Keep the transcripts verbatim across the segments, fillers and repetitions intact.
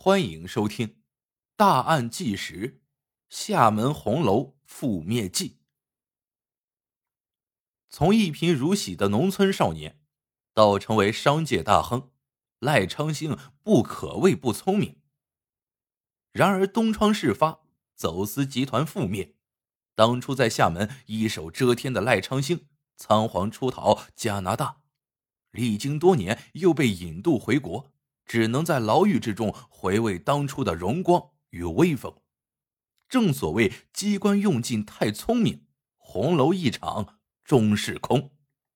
欢迎收听《大案纪实：厦门红楼覆灭记》。从一贫如洗的农村少年，到成为商界大亨，赖昌星不可谓不聪明。然而东窗事发，走私集团覆灭，当初在厦门一手遮天的赖昌星仓皇出逃加拿大，历经多年又被引渡回国，只能在牢狱之中回味当初的荣光与威风。正所谓机关用尽太聪明，红楼一场终是空。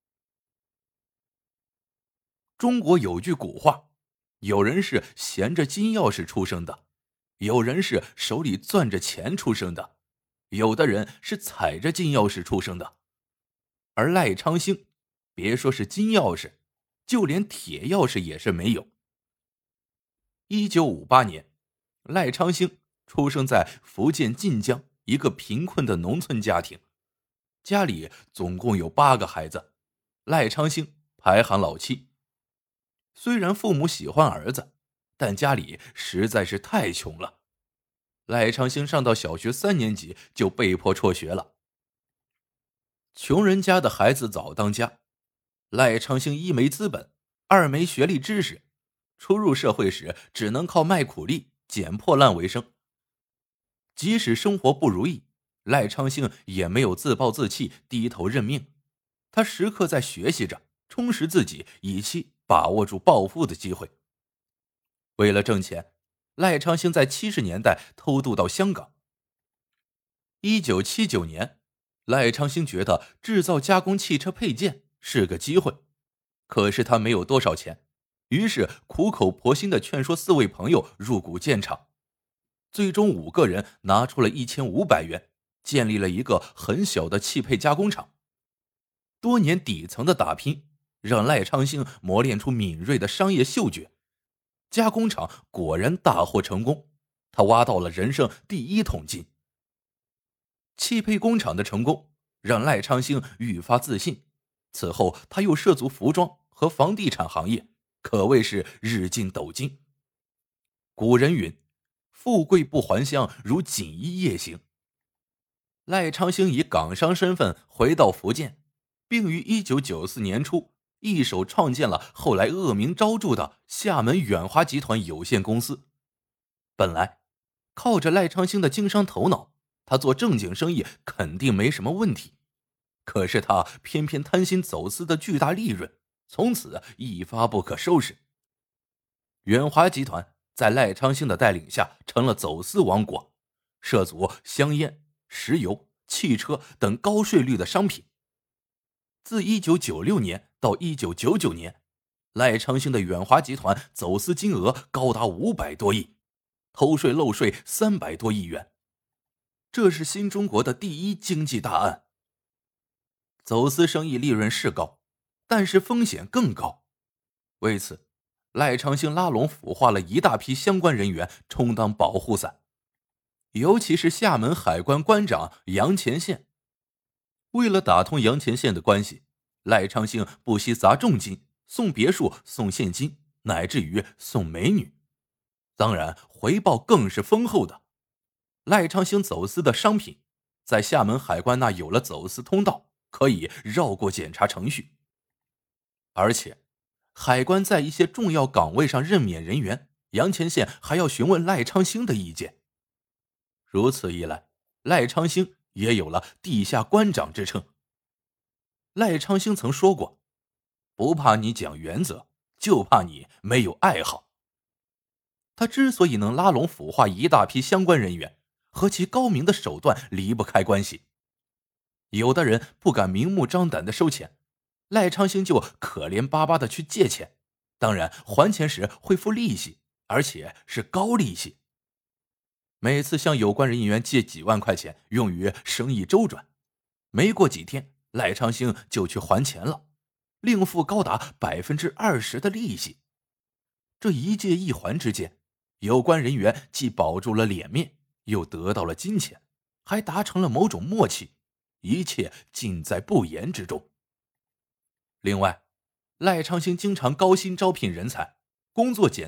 中国有句古话，有人是衔着金钥匙出生的，有人是手里攥着钱出生的，有的人是踩着金钥匙出生的。而赖昌星，别说是金钥匙，就连铁钥匙也是没有。一九五八年，赖昌星出生在福建晋江一个贫困的农村家庭，家里总共有八个孩子，赖昌星排行老七。虽然父母喜欢儿子，但家里实在是太穷了。赖昌星上到小学三年级就被迫辍学了。穷人家的孩子早当家，赖昌星一没资本，二没学历知识，初入社会时只能靠卖苦力、捡破烂为生。即使生活不如意，赖昌星也没有自暴自弃、低头认命，他时刻在学习着，充实自己，以期把握住暴富的机会。为了挣钱，赖昌星在七十年代偷渡到香港。一九七九年，赖昌星觉得制造加工汽车配件是个机会，可是他没有多少钱，于是苦口婆心地劝说四位朋友入股建厂。最终五个人拿出了一千五百元，建立了一个很小的汽配加工厂。多年底层的打拼让赖昌星磨练出敏锐的商业嗅觉，加工厂果然大获成功，他挖到了人生第一桶金。汽配工厂的成功让赖昌星愈发自信，此后他又涉足服装和房地产行业，可谓是日进斗金。古人云，富贵不还乡，如锦衣夜行。赖昌星以港商身份回到福建，并于一九九四年初一手创建了后来恶名昭著的厦门远华集团有限公司。本来靠着赖昌星的经商头脑，他做正经生意肯定没什么问题，可是他偏偏贪心走私的巨大利润，从此一发不可收拾。远华集团在赖昌星的带领下成了走私王国，涉足香烟、石油、汽车等高税率的商品。自一九九六年到一九九九年，赖昌星的远华集团走私金额高达五百多亿，偷税漏税三百多亿元。这是新中国的第一经济大案。走私生意利润是高，但是风险更高。为此，赖昌星拉拢腐化了一大批相关人员充当保护伞，尤其是厦门海关关长杨前线。为了打通杨前线的关系，赖昌星不惜砸重金，送别墅，送现金，乃至于送美女。当然，回报更是丰厚的。赖昌星走私的商品在厦门海关那有了走私通道，可以绕过检查程序。而且海关在一些重要岗位上任免人员，杨前线还要询问赖昌星的意见。如此一来，赖昌星也有了地下关长之称。赖昌星曾说过，不怕你讲原则，就怕你没有爱好。他之所以能拉拢腐化一大批相关人员，和其高明的手段离不开关系。有的人不敢明目张胆的收钱，赖昌星就可怜巴巴的去借钱，当然还钱时会付利息，而且是高利息。每次向有关人员借几万块钱用于生意周转，没过几天赖昌星就去还钱了，另付高达百分之二十的利息。这一借一还之间，有关人员既保住了脸面，又得到了金钱，还达成了某种默契，一切尽在不言之中。另外，赖昌星经常高薪招聘人才，工作简单，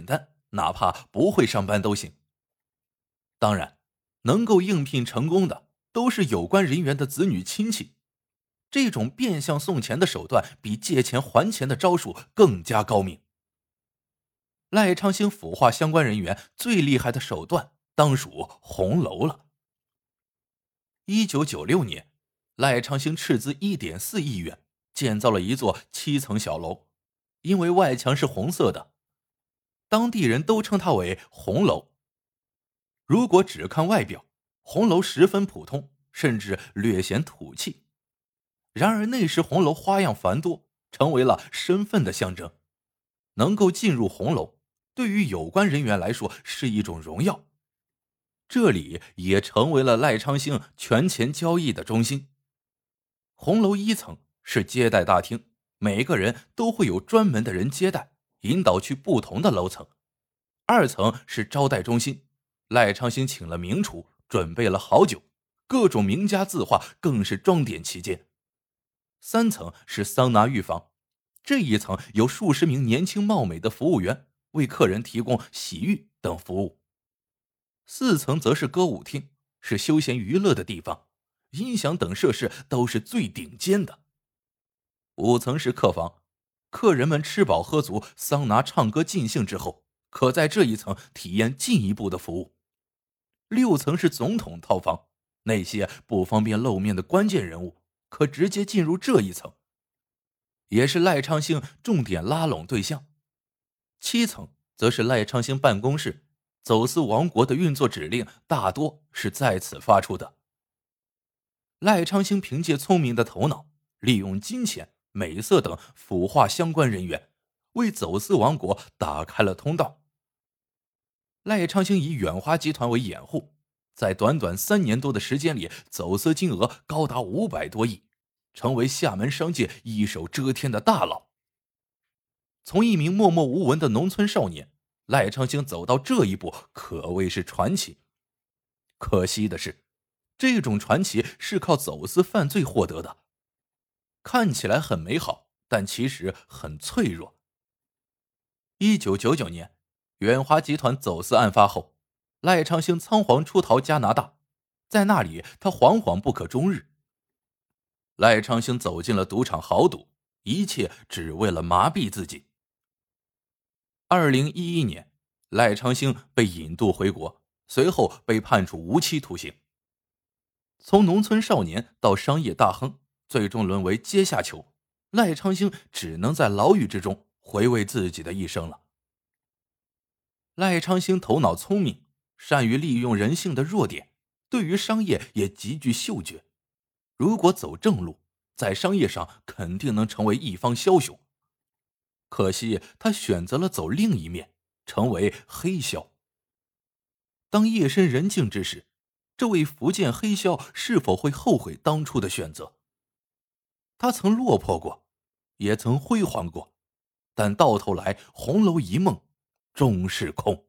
哪怕不会上班都行。当然，能够应聘成功的都是有关人员的子女亲戚。这种变相送钱的手段比借钱还钱的招数更加高明。赖昌星腐化相关人员最厉害的手段当属红楼了。一九九六年，赖昌星斥资 一点四亿元建造了一座七层小楼，因为外墙是红色的，当地人都称它为红楼。如果只看外表，红楼十分普通，甚至略显土气。然而那时红楼花样繁多，成为了身份的象征。能够进入红楼，对于有关人员来说是一种荣耀。这里也成为了赖昌星权钱交易的中心。红楼一层是接待大厅，每个人都会有专门的人接待，引导去不同的楼层。二层是招待中心，赖昌星请了名厨，准备了好酒，各种名家字画更是装点其间。三层是桑拿浴房，这一层有数十名年轻貌美的服务员为客人提供洗浴等服务。四层则是歌舞厅，是休闲娱乐的地方，音响等设施都是最顶尖的。五层是客房，客人们吃饱喝足，桑拿唱歌尽兴之后，可在这一层体验进一步的服务。六层是总统套房，那些不方便露面的关键人物可直接进入这一层，也是赖昌星重点拉拢对象。七层则是赖昌星办公室，走私王国的运作指令大多是在此发出的。赖昌星凭借聪明的头脑，利用金钱、美色等腐化相关人员，为走私王国打开了通道。赖昌星以远华集团为掩护，在短短三年多的时间里，走私金额高达五百多亿，成为厦门商界一手遮天的大佬。从一名默默无闻的农村少年，赖昌星走到这一步，可谓是传奇。可惜的是，这种传奇是靠走私犯罪获得的，看起来很美好，但其实很脆弱。一九九九年，远华集团走私案发后，赖昌星仓皇出逃加拿大，在那里他惶惶不可终日。赖昌星走进了赌场豪赌，一切只为了麻痹自己。二零一一年，赖昌星被引渡回国，随后被判处无期徒刑。从农村少年到商业大亨，最终沦为阶下囚，赖昌星只能在牢狱之中回味自己的一生了。赖昌星头脑聪明，善于利用人性的弱点，对于商业也极具嗅觉。如果走正路，在商业上肯定能成为一方枭雄。可惜他选择了走另一面，成为黑枭。当夜深人静之时，这位福建黑枭是否会后悔当初的选择？他曾落魄过，也曾辉煌过，但到头来红楼一梦终是空。